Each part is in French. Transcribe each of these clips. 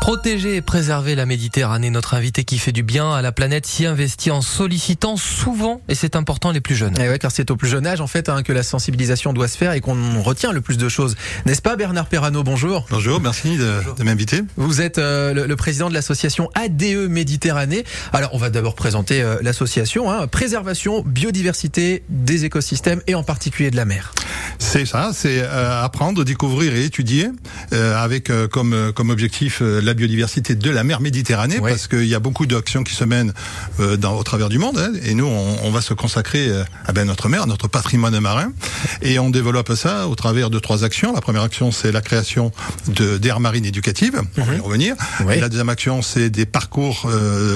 Protéger et préserver la Méditerranée, notre invité qui fait du bien à la planète s'y investit en sollicitant souvent, et c'est important, les plus jeunes. Et ouais, car c'est au plus jeune âge en fait que la sensibilisation doit se faire et qu'on retient le plus de choses. N'est-ce pas, Bernard Perrano? Bonjour. Bonjour, merci de m'inviter. Vous êtes le président de l'association ADE Méditerranée. Alors on va d'abord présenter l'association, préservation, biodiversité des écosystèmes et en particulier de la mer. C'est ça, c'est apprendre, découvrir et étudier avec comme objectif la biodiversité de la mer Méditerranée, ouais. Parce qu'il y a beaucoup d'actions qui se mènent au travers du monde, et nous on va se consacrer à notre mer, à notre patrimoine marin, et on développe ça au travers de 3 actions. La première action, c'est la création d'aires marines éducatives, on va y revenir. Oui. Et la deuxième action, c'est des parcours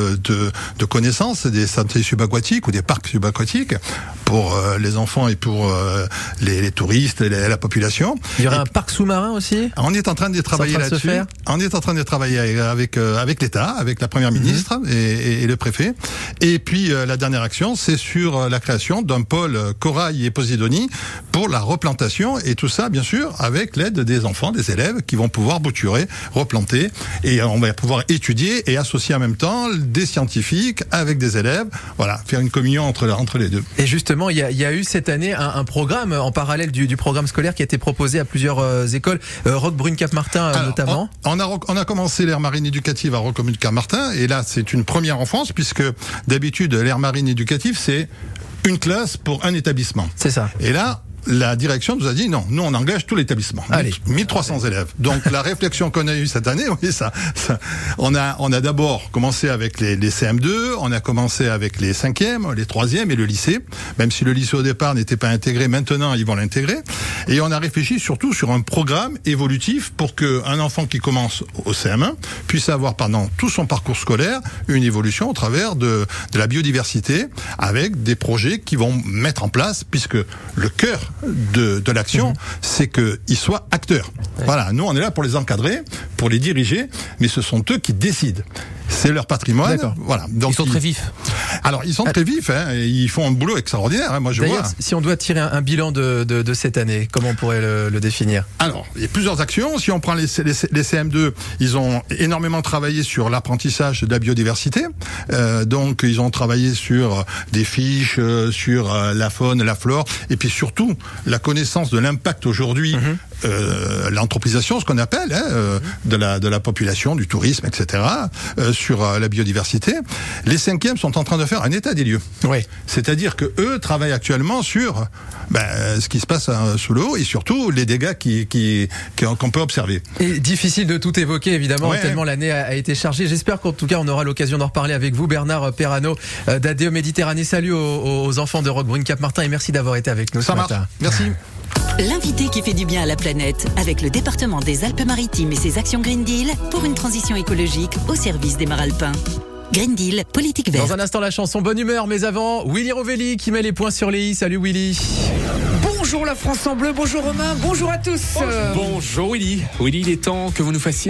de connaissances, des sentiers subaquatiques ou des parcs subaquatiques pour les enfants et pour les touristes et la population. Il y aura un parc sous-marin aussi? On est en train de travailler là-dessus. On est en train de travailler avec l'État, avec la Première ministre et le préfet. Et puis la dernière action, c'est sur la création d'un pôle corail et Posidonie pour la replantation, et tout ça, bien sûr, avec l'aide des enfants, des élèves qui vont pouvoir bouturer, replanter, et on va pouvoir étudier et associer en même temps des scientifiques avec des élèves. Voilà, faire une communion entre les deux. Et justement, il y a eu cette année un programme en parallèle du programme scolaire qui a été proposé à plusieurs écoles, Roquebrune-Cap-Martin notamment. On a commencé l'aire marine éducative à Roquebrune-Cap-Martin, et là c'est une première en France, puisque d'habitude l'aire marine éducative c'est une classe pour un établissement. C'est ça. Et là, la direction nous a dit non, nous on engage tout l'établissement. Allez, 1300 élèves. Donc la réflexion qu'on a eue cette année, oui, on a d'abord commencé avec les CM2, on a commencé avec les 5e, les 3e et le lycée. Même si le lycée au départ n'était pas intégré, maintenant ils vont l'intégrer. Et on a réfléchi surtout sur un programme évolutif pour qu'un enfant qui commence au CM1 puisse avoir pendant tout son parcours scolaire une évolution au travers de la biodiversité, avec des projets qui vont mettre en place, puisque le cœur de l'action, c'est qu'ils soient acteurs. Ouais. Voilà, nous on est là pour les encadrer, pour les diriger, mais ce sont eux qui décident. C'est leur patrimoine. Voilà. Donc, ils sont très vifs. Alors, ils sont très vifs, et ils font un boulot extraordinaire, moi je vois. Si on doit tirer un bilan de cette année, comment on pourrait le définir? Alors, il y a plusieurs actions. Si on prend les CM2, ils ont énormément travaillé sur l'apprentissage de la biodiversité. Donc, ils ont travaillé sur des fiches, sur la faune, la flore, et puis surtout, la connaissance de l'impact aujourd'hui, l'anthropisation, ce qu'on appelle, de la population, du tourisme, etc., sur la biodiversité. Les 5e sont en train de faire un état des lieux. Oui. C'est-à-dire que eux travaillent actuellement sur ce qui se passe sous l'eau, et surtout les dégâts qu'on peut observer. Et difficile de tout évoquer, évidemment, tellement l'année a été chargée. J'espère qu'en tout cas on aura l'occasion d'en reparler avec vous, Bernard Perrano d'ADE Méditerranée. Salut aux enfants de Roquebrune-Cap-Martin, et merci d'avoir été avec nous ce matin. Merci. L'invité qui fait du bien à la planète, avec le département des Alpes-Maritimes et ses actions Green Deal pour une transition écologique au service des mares alpins. Green Deal, politique verte. Dans un instant, la chanson Bonne Humeur, mais avant, Willy Rovelli qui met les points sur les i. Salut Willy. Bonjour la France en bleu, bonjour Romain, bonjour à tous. Bonjour Willy. Willy, il est temps que vous nous fassiez